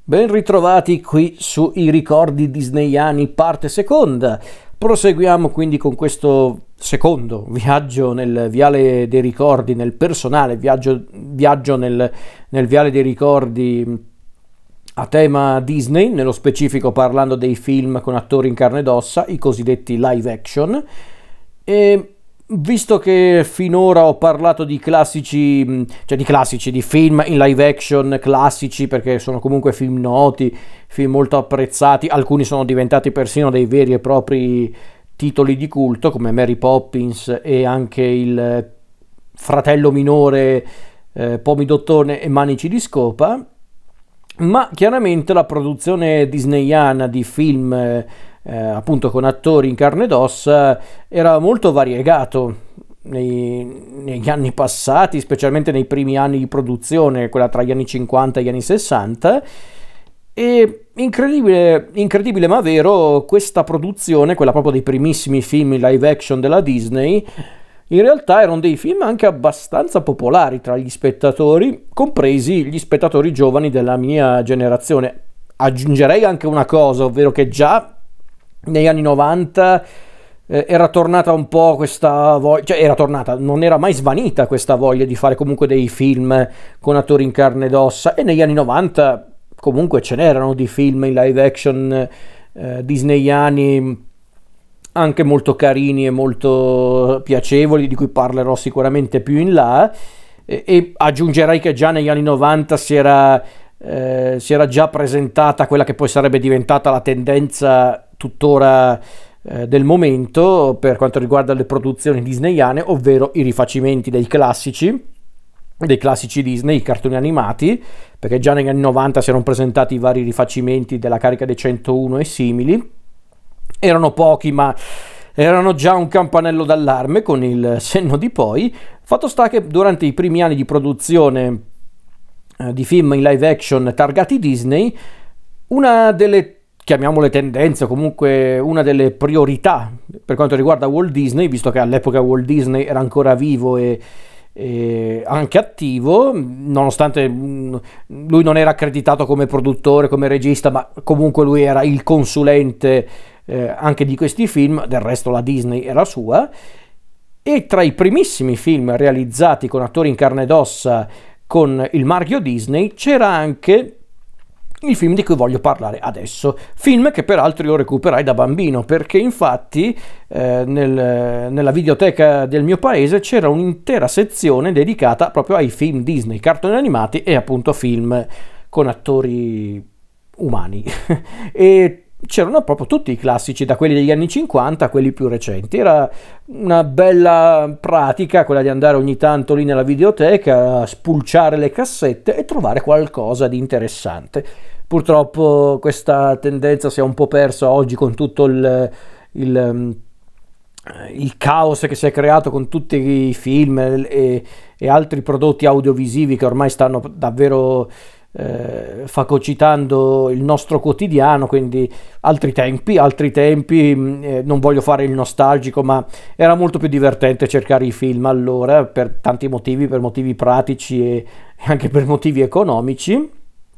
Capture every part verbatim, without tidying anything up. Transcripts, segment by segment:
Ben ritrovati qui su I ricordi disneyani parte seconda. Proseguiamo quindi con questo secondo viaggio nel viale dei ricordi, nel personale viaggio, viaggio nel, nel viale dei ricordi a tema Disney, nello specifico parlando dei film con attori in carne ed ossa, i cosiddetti live action. E visto che finora ho parlato di classici, cioè di classici, di film in live action classici, perché sono comunque film noti, film molto apprezzati, alcuni sono diventati persino dei veri e propri titoli di culto, come Mary Poppins e anche il fratello minore eh, Pomidottone e Manici di Scopa, ma chiaramente la produzione disneyana di film eh, Eh, appunto con attori in carne ed ossa era molto variegato nei, negli anni passati, specialmente nei primi anni di produzione, quella tra gli anni cinquanta e gli anni sessanta. E incredibile, incredibile ma vero, questa produzione, quella proprio dei primissimi film in live action della Disney, in realtà erano dei film anche abbastanza popolari tra gli spettatori, compresi gli spettatori giovani della mia generazione. Aggiungerei anche una cosa, ovvero che già negli anni novanta eh, era tornata un po' questa voglia, cioè era tornata, non era mai svanita questa voglia di fare comunque dei film con attori in carne ed ossa, e negli anni novanta comunque ce n'erano di film in live action eh, disneyani anche molto carini e molto piacevoli, di cui parlerò sicuramente più in là, e, e aggiungerei che già negli anni novanta si era, eh, si era già presentata quella che poi sarebbe diventata la tendenza tuttora eh, del momento per quanto riguarda le produzioni disneyane, ovvero i rifacimenti dei classici, dei classici Disney, i cartoni animati, perché già negli anni novanta si erano presentati i vari rifacimenti della Carica dei centouno e simili. Erano pochi, ma erano già un campanello d'allarme con il senno di poi. Fatto sta che durante i primi anni di produzione eh, di film in live action targati Disney, una delle, chiamiamole tendenze, comunque una delle priorità per quanto riguarda Walt Disney, visto che all'epoca Walt Disney era ancora vivo e, e anche attivo, nonostante lui non era accreditato come produttore, come regista, ma comunque lui era il consulente eh, anche di questi film, del resto la Disney era sua, e tra i primissimi film realizzati con attori in carne ed ossa con il marchio Disney c'era anche il film di cui voglio parlare adesso, film che peraltro io recuperai da bambino, perché infatti eh, nel, nella videoteca del mio paese c'era un'intera sezione dedicata proprio ai film Disney, cartoni animati e appunto film con attori umani e c'erano proprio tutti i classici, da quelli degli anni cinquanta a quelli più recenti. Era una bella pratica quella di andare ogni tanto lì nella videoteca, spulciare le cassette e trovare qualcosa di interessante. Purtroppo questa tendenza si è un po' persa oggi con tutto il, il, il caos che si è creato con tutti i film e, e altri prodotti audiovisivi che ormai stanno davvero Eh, fagocitando il nostro quotidiano. Quindi altri tempi, altri tempi eh, non voglio fare il nostalgico, ma era molto più divertente cercare i film allora, per tanti motivi, per motivi pratici e, e anche per motivi economici.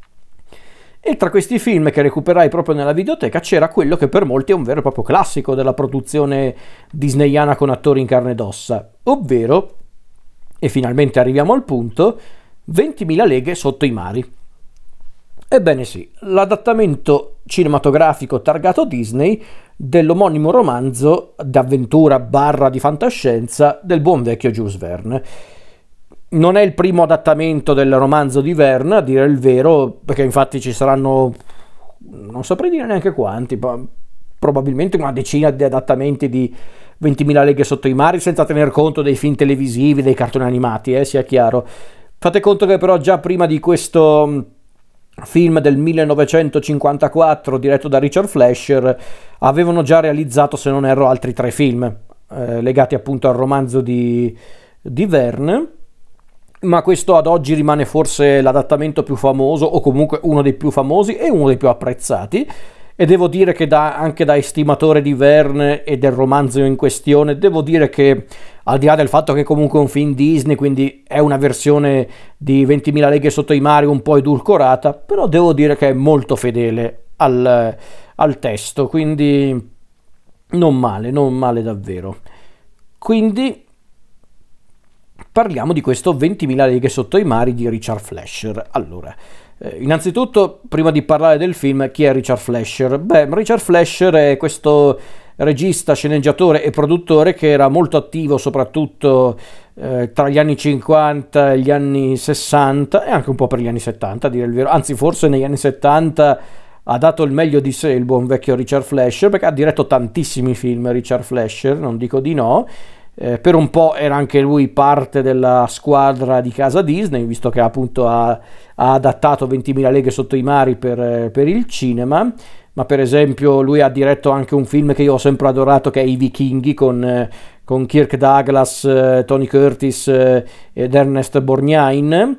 E tra questi film che recuperai proprio nella videoteca c'era quello che per molti è un vero e proprio classico della produzione disneyana con attori in carne ed ossa, ovvero, e finalmente arriviamo al punto, ventimila leghe sotto i mari. Ebbene sì, l'adattamento cinematografico targato Disney dell'omonimo romanzo d'avventura barra di fantascienza del buon vecchio Jules Verne. Non è il primo adattamento del romanzo di Verne, a dire il vero, perché infatti ci saranno, non saprei dire neanche quanti, ma probabilmente una decina di adattamenti di ventimila leghe sotto i mari, senza tener conto dei film televisivi, dei cartoni animati, eh, sia chiaro. Fate conto che però già prima di questo film del millenovecentocinquantaquattro diretto da Richard Fleischer avevano già realizzato, se non erro, altri tre film eh, legati appunto al romanzo di, di Verne, ma questo ad oggi rimane forse l'adattamento più famoso, o comunque uno dei più famosi e uno dei più apprezzati, e devo dire che da, anche da estimatore di Verne e del romanzo in questione, devo dire che al di là del fatto che comunque è un film Disney, quindi è una versione di ventimila leghe sotto i mari un po' edulcorata, però devo dire che è molto fedele al, al testo, quindi non male, non male davvero. Quindi parliamo di questo ventimila leghe sotto i mari di Richard Fleischer. Allora, eh, innanzitutto, prima di parlare del film, chi è Richard Fleischer? Beh, Richard Fleischer è questo regista, sceneggiatore e produttore che era molto attivo soprattutto eh, tra gli anni cinquanta e gli anni sessanta e anche un po' per gli anni settanta, a dire il vero. Anzi, forse negli anni settanta ha dato il meglio di sé il buon vecchio Richard Fleischer, perché ha diretto tantissimi film Richard Fleischer, non dico di no. Eh, per un po' era anche lui parte della squadra di casa Disney, visto che appunto ha, ha adattato ventimila leghe sotto i mari per, per il cinema, ma per esempio lui ha diretto anche un film che io ho sempre adorato, che è I Vichinghi, con, eh, con Kirk Douglas, eh, Tony Curtis eh, ed Ernest Borgnine,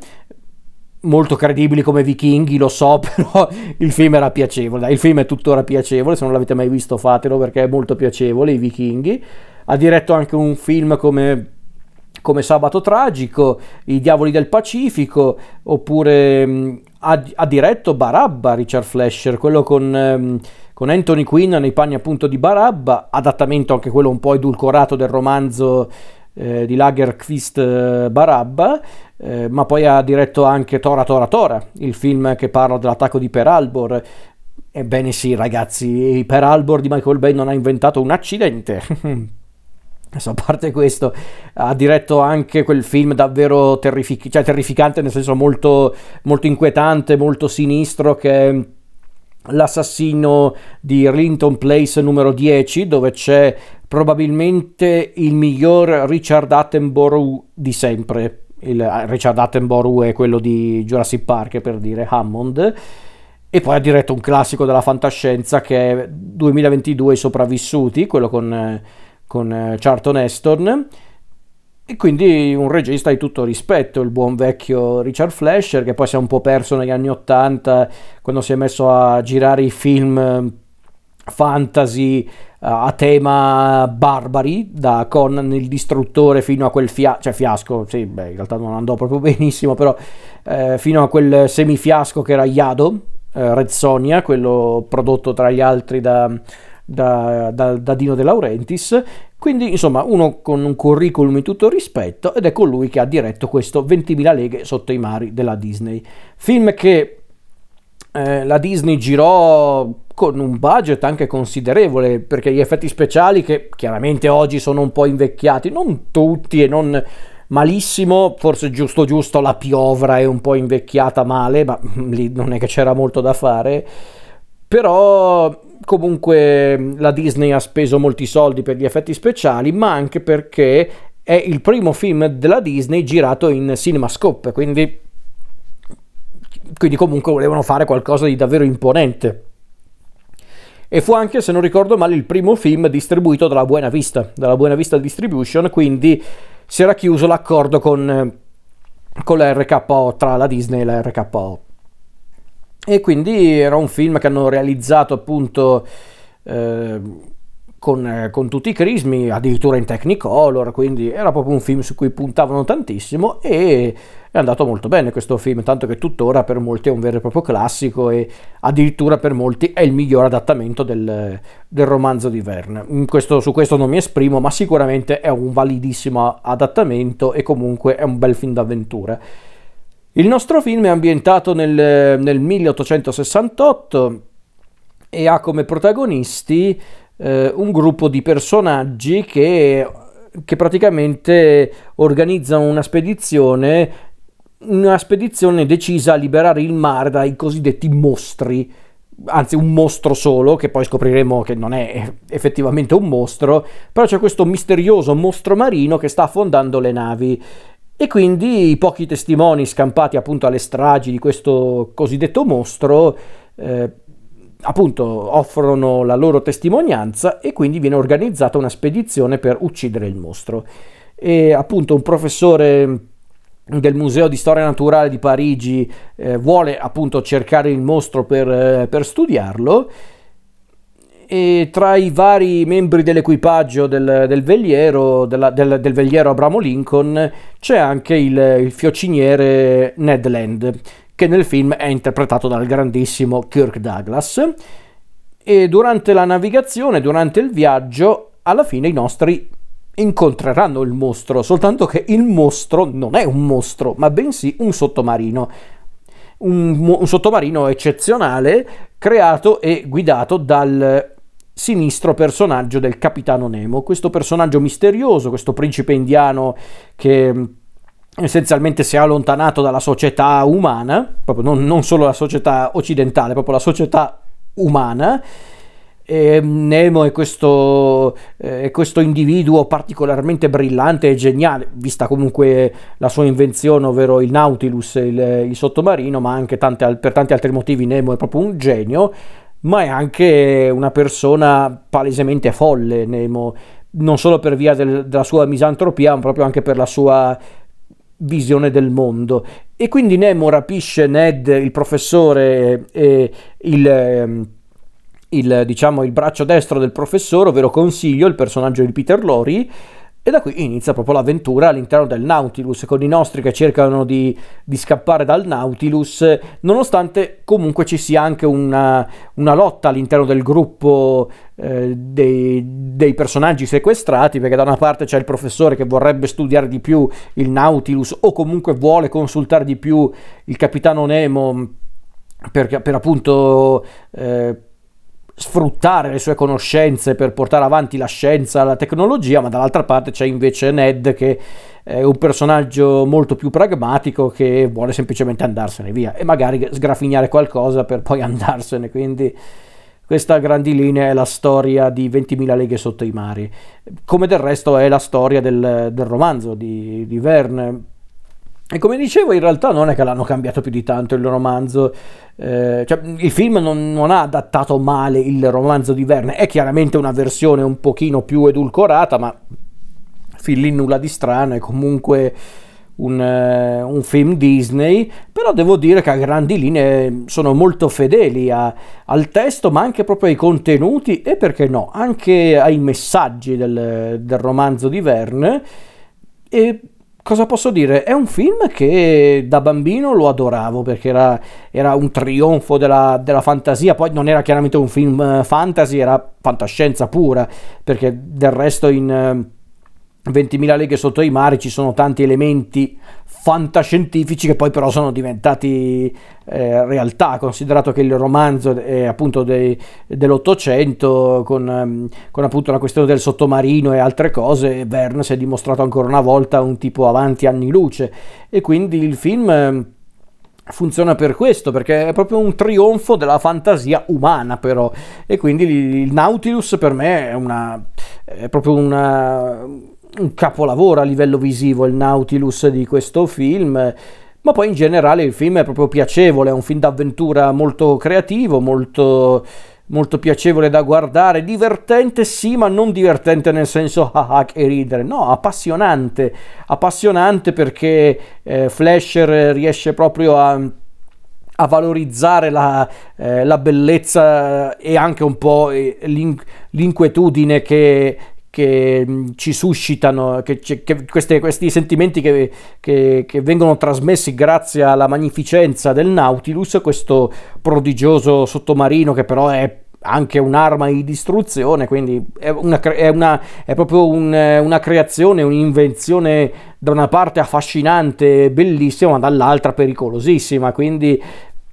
molto credibili come vichinghi, lo so, però il film era piacevole, il film è tuttora piacevole, se non l'avete mai visto fatelo perché è molto piacevole, I Vichinghi. Ha diretto anche un film come, come Sabato Tragico, I Diavoli del Pacifico, oppure mh, ha, ha diretto Barabba Richard Fleischer, quello con, mh, con Anthony Quinn nei panni appunto di Barabba, adattamento anche quello un po' edulcorato del romanzo eh, di Lagerquist eh, Barabba, eh, ma poi ha diretto anche Tora Tora Tora, il film che parla dell'attacco di Pearl Harbor. Ebbene sì ragazzi, Pearl Harbor di Michael Bay non ha inventato un accidente. Adesso, a parte questo, ha diretto anche quel film davvero terrific- cioè terrificante, nel senso molto, molto inquietante, molto sinistro, che è L'assassino di Arlington Place numero dieci, dove c'è probabilmente il miglior Richard Attenborough di sempre. Il Richard Attenborough è quello di Jurassic Park, per dire, Hammond. E poi ha diretto un classico della fantascienza che è duemilaventidue I sopravvissuti, quello con... con Charlton Heston, e quindi un regista di tutto rispetto, il buon vecchio Richard Fleischer, che poi si è un po' perso negli anni ottanta quando si è messo a girare i film fantasy a tema barbari, da Conan il distruttore fino a quel fia- cioè fiasco, sì, beh, in realtà non andò proprio benissimo, però eh, fino a quel semifiasco che era Yado, eh, Red Sonja, quello prodotto tra gli altri da Da, da, da Dino De Laurentiis. Quindi insomma uno con un curriculum di tutto rispetto, ed è colui che ha diretto questo ventimila leghe sotto i mari della Disney, film che eh, la Disney girò con un budget anche considerevole, perché gli effetti speciali, che chiaramente oggi sono un po' invecchiati, non tutti e non malissimo, forse giusto giusto la piovra è un po' invecchiata male, ma lì non è che c'era molto da fare, però comunque la Disney ha speso molti soldi per gli effetti speciali, ma anche perché è il primo film della Disney girato in CinemaScope, quindi, quindi comunque volevano fare qualcosa di davvero imponente. E fu anche, se non ricordo male, il primo film distribuito dalla Buena Vista, dalla Buena Vista Distribution, quindi si era chiuso l'accordo con, con la R K O, tra la Disney e la R K O. E quindi era un film che hanno realizzato appunto eh, con, con tutti i crismi, addirittura in Technicolor, quindi era proprio un film su cui puntavano tantissimo, e è andato molto bene questo film, tanto che tuttora per molti è un vero e proprio classico, e addirittura per molti è il miglior adattamento del, del romanzo di Verne. In questo, su questo non mi esprimo, ma sicuramente è un validissimo adattamento e comunque è un bel film d'avventura. Il nostro film è ambientato nel, nel milleottocentosessantotto e ha come protagonisti eh, un gruppo di personaggi che, che praticamente organizzano una spedizione, una spedizione decisa a liberare il mare dai cosiddetti mostri, anzi un mostro solo, che poi scopriremo che non è effettivamente un mostro, però c'è questo misterioso mostro marino che sta affondando le navi. E quindi i pochi testimoni scampati appunto alle stragi di questo cosiddetto mostro eh, appunto offrono la loro testimonianza, e quindi viene organizzata una spedizione per uccidere il mostro. E appunto un professore del Museo di Storia Naturale di Parigi eh, vuole appunto cercare il mostro per, eh, per studiarlo, E tra i vari membri dell'equipaggio del, del veliero, della- del, del veliero Abramo Lincoln, c'è anche il, il fiociniere Ned Land, che nel film è interpretato dal grandissimo Kirk Douglas. E durante la navigazione, durante il viaggio, alla fine i nostri incontreranno il mostro, soltanto che il mostro non è un mostro, ma bensì un sottomarino. Un, un sottomarino eccezionale, creato e guidato dal sinistro personaggio del Capitano Nemo, questo personaggio misterioso, questo principe indiano che essenzialmente si è allontanato dalla società umana, proprio non, non solo la società occidentale, proprio la società umana. E Nemo è questo, eh, è questo individuo particolarmente brillante e geniale, vista comunque la sua invenzione, ovvero il Nautilus, il, il sottomarino, ma anche tante, per tanti altri motivi Nemo è proprio un genio, ma è anche una persona palesemente folle, Nemo, non solo per via del, della sua misantropia, ma proprio anche per la sua visione del mondo. E quindi Nemo rapisce Ned, il professore, e il, il, diciamo, il braccio destro del professore, ovvero Consiglio, il personaggio di Peter Lorre, e da qui inizia proprio l'avventura all'interno del Nautilus, con i nostri che cercano di, di scappare dal Nautilus, nonostante comunque ci sia anche una, una lotta all'interno del gruppo eh, dei, dei personaggi sequestrati, perché da una parte c'è il professore che vorrebbe studiare di più il Nautilus, o comunque vuole consultare di più il capitano Nemo per, per appunto eh, sfruttare le sue conoscenze per portare avanti la scienza, la tecnologia, ma dall'altra parte c'è invece Ned, che è un personaggio molto più pragmatico, che vuole semplicemente andarsene via e magari sgrafignare qualcosa per poi andarsene. Quindi questa a grandi linee è la storia di ventimila leghe sotto i mari, come del resto è la storia del, del romanzo di, di Verne. E come dicevo, in realtà non è che l'hanno cambiato più di tanto il romanzo, eh, cioè, il film non, non ha adattato male il romanzo di Verne, è chiaramente una versione un pochino più edulcorata, ma fin lì nulla di strano, è comunque un, uh, un film Disney, però devo dire che a grandi linee sono molto fedeli a, al testo, ma anche proprio ai contenuti e, perché no, anche ai messaggi del, del romanzo di Verne. E cosa posso dire? È un film che da bambino lo adoravo, perché era, era un trionfo della, della fantasia. Poi non era chiaramente un film fantasy, era fantascienza pura, perché del resto in ventimila leghe sotto i mari ci sono tanti elementi fantascientifici che poi però sono diventati eh, realtà, considerato che il romanzo è appunto dei, dell'Ottocento, con, um, con appunto la questione del sottomarino e altre cose. Verne si è dimostrato ancora una volta un tipo avanti anni luce, e quindi il film eh, funziona per questo, perché è proprio un trionfo della fantasia umana, però. E quindi il Nautilus per me è una è proprio una un capolavoro a livello visivo, il Nautilus di questo film. Ma poi in generale il film è proprio piacevole, è un film d'avventura molto creativo, molto, molto piacevole da guardare, divertente sì, ma non divertente nel senso ah ah e ridere, no, appassionante, appassionante perché eh, Fleischer riesce proprio a a valorizzare la, eh, la bellezza e anche un po' l'in- l'inquietudine che che ci suscitano, che, che queste, questi sentimenti che, che, che vengono trasmessi grazie alla magnificenza del Nautilus, questo prodigioso sottomarino che però è anche un'arma di distruzione, quindi è, una, è, una, è proprio un, una creazione, un'invenzione da una parte affascinante, bellissima, ma dall'altra pericolosissima, quindi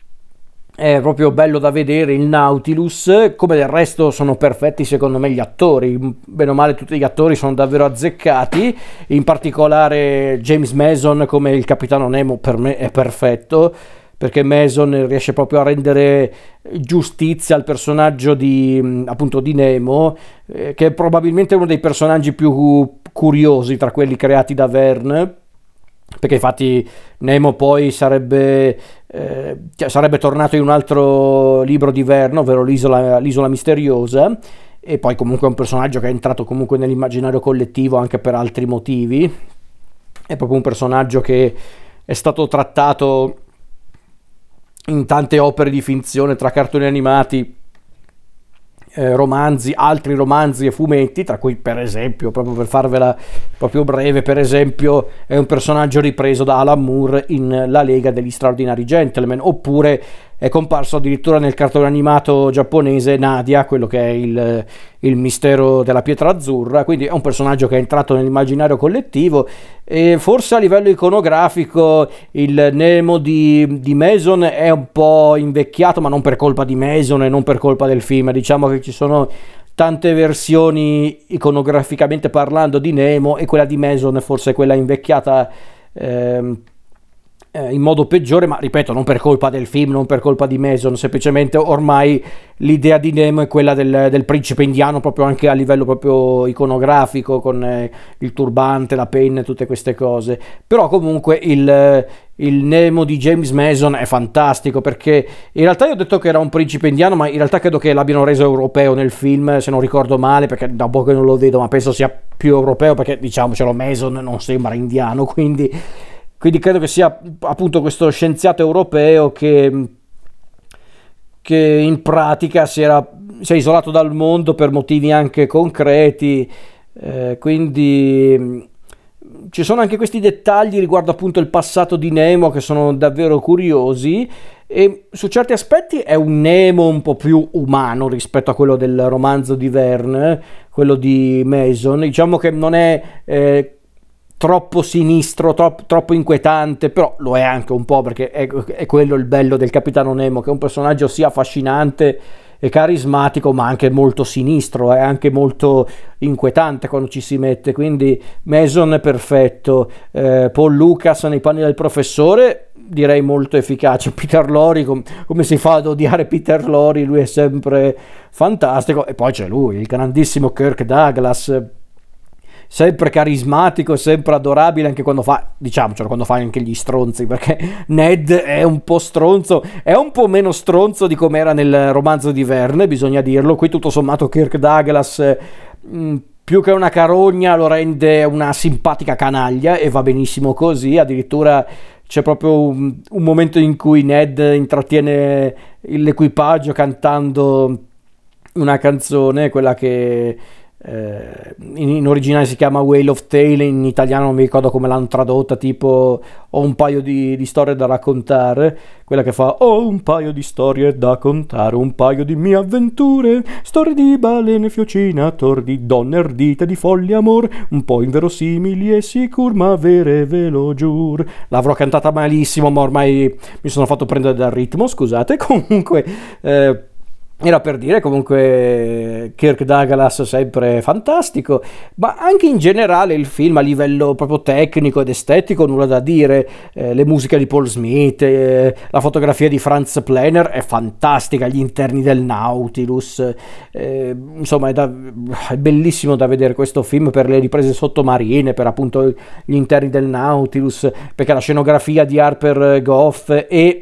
è proprio bello da vedere il Nautilus. Come del resto sono perfetti secondo me gli attori, bene o male tutti gli attori sono davvero azzeccati, in particolare James Mason come il capitano Nemo per me è perfetto, perché Mason riesce proprio a rendere giustizia al personaggio di appunto di Nemo, eh, che è probabilmente uno dei personaggi più curiosi tra quelli creati da Verne, perché infatti Nemo poi sarebbe eh, cioè sarebbe tornato in un altro libro di Verne, ovvero l'isola, l'isola misteriosa, e poi comunque è un personaggio che è entrato comunque nell'immaginario collettivo anche per altri motivi. È proprio un personaggio che è stato trattato in tante opere di finzione, tra cartoni animati, eh, romanzi, altri romanzi e fumetti, tra cui per esempio, proprio per farvela proprio breve, per esempio è un personaggio ripreso da Alan Moore in La Lega degli Straordinari Gentlemen, oppure è comparso addirittura nel cartone animato giapponese Nadia, quello che è il, il mistero della pietra azzurra, quindi è un personaggio che è entrato nell'immaginario collettivo. E forse a livello iconografico il Nemo di, di Mason è un po' invecchiato, ma non per colpa di Mason e non per colpa del film. Diciamo che ci sono tante versioni iconograficamente parlando di Nemo, e quella di Mason è forse quella invecchiata ehm, eh, in modo peggiore, ma ripeto, non per colpa del film, non per colpa di Mason, semplicemente ormai l'idea di Nemo è quella del, del principe indiano, proprio anche a livello proprio iconografico, con eh, il turbante, la penna e tutte queste cose. Però comunque il, il Nemo di James Mason è fantastico, perché in realtà io ho detto che era un principe indiano, ma in realtà credo che l'abbiano reso europeo nel film, se non ricordo male, perché da un po' che non lo vedo, ma penso sia più europeo, perché diciamocelo, Mason non sembra indiano, quindi... Quindi credo che sia appunto questo scienziato europeo che, che in pratica si, era, si è isolato dal mondo per motivi anche concreti, eh, quindi ci sono anche questi dettagli riguardo appunto il passato di Nemo che sono davvero curiosi, e su certi aspetti è un Nemo un po' più umano rispetto a quello del romanzo di Verne, quello di Mason. Diciamo che non è... Eh, troppo sinistro, troppo, troppo inquietante, però lo è anche un po', perché è, è quello il bello del Capitano Nemo, che è un personaggio sia affascinante e carismatico, ma anche molto sinistro, è anche molto inquietante quando ci si mette. Quindi Mason è perfetto, eh, Paul Lucas nei panni del professore direi molto efficace, Peter Lorre, com- come si fa ad odiare Peter Lorre, lui è sempre fantastico, e poi c'è lui, il grandissimo Kirk Douglas, sempre carismatico, sempre adorabile, anche quando fa, diciamocelo, quando fa anche gli stronzi, perché Ned è un po' stronzo, è un po' meno stronzo di come era nel romanzo di Verne, bisogna dirlo. Qui tutto sommato Kirk Douglas mh, più che una carogna lo rende una simpatica canaglia, e va benissimo così. Addirittura c'è proprio un, un momento in cui Ned intrattiene l'equipaggio cantando una canzone, quella che Eh, in, in originale si chiama Whale of Tale, in italiano non mi ricordo come l'hanno tradotta, tipo ho un paio di, di storie da raccontare, quella che fa ho un paio di storie da contare, un paio di mie avventure, storie di balene fiocinator, di donne ardite, di folli amor, un po' inverosimili e sicur, ma vere ve lo giur. L'avrò cantata malissimo, ma ormai mi sono fatto prendere dal ritmo, scusate. Comunque eh, era per dire, comunque Kirk Douglas sempre fantastico, ma anche in generale il film a livello proprio tecnico ed estetico nulla da dire. Eh, le musiche di Paul Smith, eh, la fotografia di Franz Planer è fantastica, gli interni del Nautilus, eh, insomma è, da, è bellissimo da vedere questo film per le riprese sottomarine, per appunto gli interni del Nautilus, perché la scenografia di Harper Goff e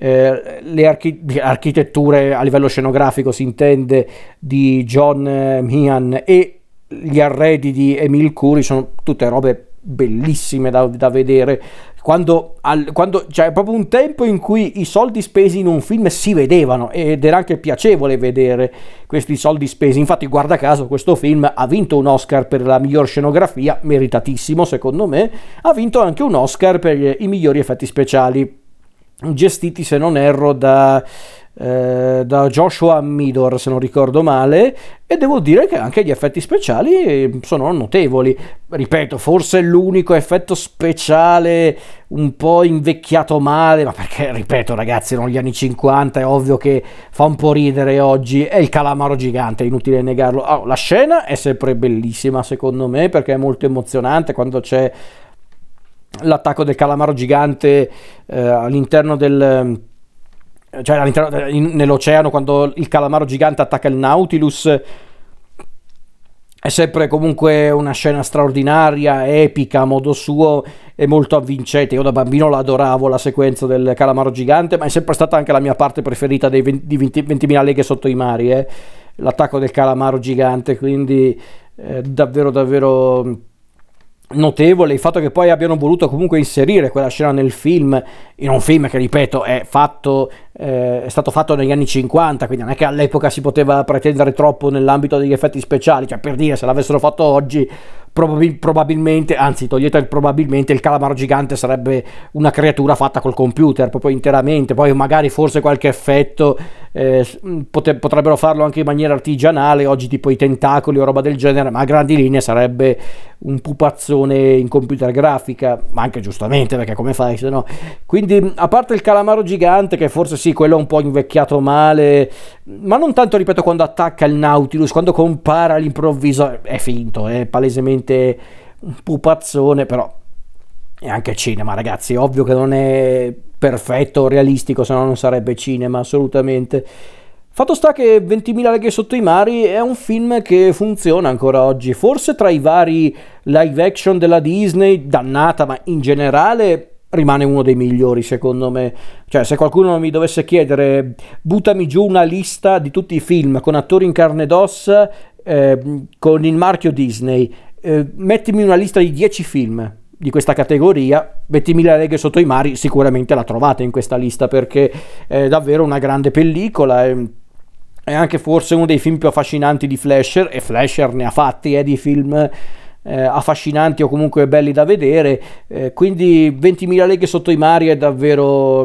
Eh, le archi- architetture a livello scenografico si intende di John Meehan e gli arredi di Emile Coury sono tutte robe bellissime da, da vedere. Quando, al, quando c'è cioè, proprio un tempo in cui i soldi spesi in un film si vedevano, ed era anche piacevole vedere questi soldi spesi. Infatti, guarda caso, questo film ha vinto un Oscar per la miglior scenografia, meritatissimo secondo me. Ha vinto anche un Oscar per i migliori effetti speciali, gestiti, se non erro, da, eh, da Joshua Midor, se non ricordo male, e devo dire che anche gli effetti speciali sono notevoli. Ripeto, forse l'unico effetto speciale un po' invecchiato male, ma perché, ripeto ragazzi, erano gli anni cinquanta, è ovvio che fa un po' ridere oggi, è il calamaro gigante, è inutile negarlo. Oh, la scena è sempre bellissima secondo me, perché è molto emozionante quando c'è l'attacco del calamaro gigante eh, all'interno del cioè all'interno in, nell'oceano, quando il calamaro gigante attacca il Nautilus. È sempre comunque una scena straordinaria, epica a modo suo e molto avvincente. Io da bambino l'adoravo la sequenza del calamaro gigante, ma è sempre stata anche la mia parte preferita dei venti, ventimila leghe sotto i mari, eh? L'attacco del calamaro gigante, quindi eh, davvero davvero notevole il fatto che poi abbiano voluto comunque inserire quella scena nel film, in un film che, ripeto, è fatto eh, è stato fatto negli anni cinquanta, quindi non è che all'epoca si poteva pretendere troppo nell'ambito degli effetti speciali, cioè, per dire, se l'avessero fatto oggi probabil- probabilmente, anzi togliete il probabilmente, il calamaro gigante sarebbe una creatura fatta col computer proprio interamente, poi magari forse qualche effetto eh, pote- potrebbero farlo anche in maniera artigianale oggi, tipo i tentacoli o roba del genere, ma a grandi linee sarebbe un pupazzone in computer grafica, ma anche giustamente, perché come fai se no? Quindi, a parte il calamaro gigante, che forse sì, quello è un po' invecchiato male, ma non tanto, ripeto, quando attacca il Nautilus, quando compara all'improvviso è finto, è palesemente un pupazzone, però è anche cinema, ragazzi, è ovvio che non è perfetto, realistico, se no non sarebbe cinema, assolutamente. Fatto sta che ventimila leghe sotto i mari è un film che funziona ancora oggi, forse tra i vari live action della Disney, dannata, ma in generale rimane uno dei migliori, secondo me. Cioè, se qualcuno mi dovesse chiedere, buttami giù una lista di tutti i film con attori in carne ed ossa eh, con il marchio Disney, eh, mettimi una lista di dieci film di questa categoria, ventimila leghe sotto i mari sicuramente la trovate in questa lista, perché è davvero una grande pellicola, è, è anche forse uno dei film più affascinanti di Fleischer, e Fleischer ne ha fatti eh, di film eh, affascinanti o comunque belli da vedere, eh, quindi ventimila leghe sotto i mari è davvero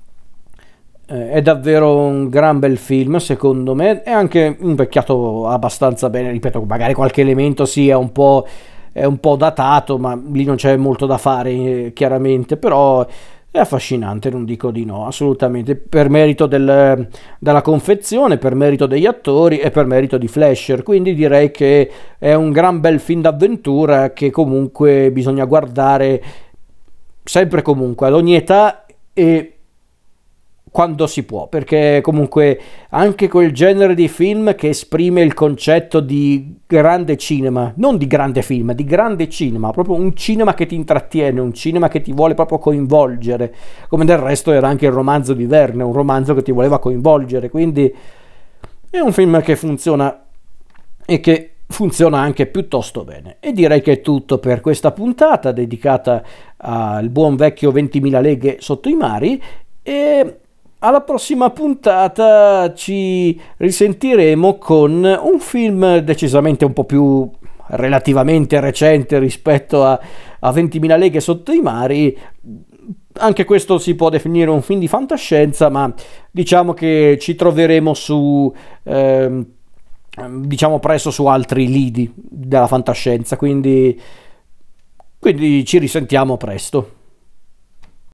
eh, è davvero un gran bel film, secondo me. È anche invecchiato abbastanza bene, ripeto, magari qualche elemento sia un po' è un po' datato, ma lì non c'è molto da fare, eh, chiaramente, però è affascinante, non dico di no, assolutamente, per merito del, della confezione, per merito degli attori e per merito di Fleischer, quindi direi che è un gran bel film d'avventura che comunque bisogna guardare sempre e comunque, ad ogni età e quando si può, perché comunque anche quel genere di film che esprime il concetto di grande cinema, non di grande film, di grande cinema, proprio un cinema che ti intrattiene, un cinema che ti vuole proprio coinvolgere, come del resto era anche il romanzo di Verne, un romanzo che ti voleva coinvolgere, quindi è un film che funziona e che funziona anche piuttosto bene. E direi che è tutto per questa puntata dedicata al buon vecchio ventimila leghe sotto i mari, e alla prossima puntata ci risentiremo con un film decisamente un po' più relativamente recente rispetto a, a ventimila leghe sotto i mari. Anche questo si può definire un film di fantascienza, ma diciamo che ci troveremo su ehm, diciamo presto su altri lidi della fantascienza, quindi, quindi ci risentiamo presto.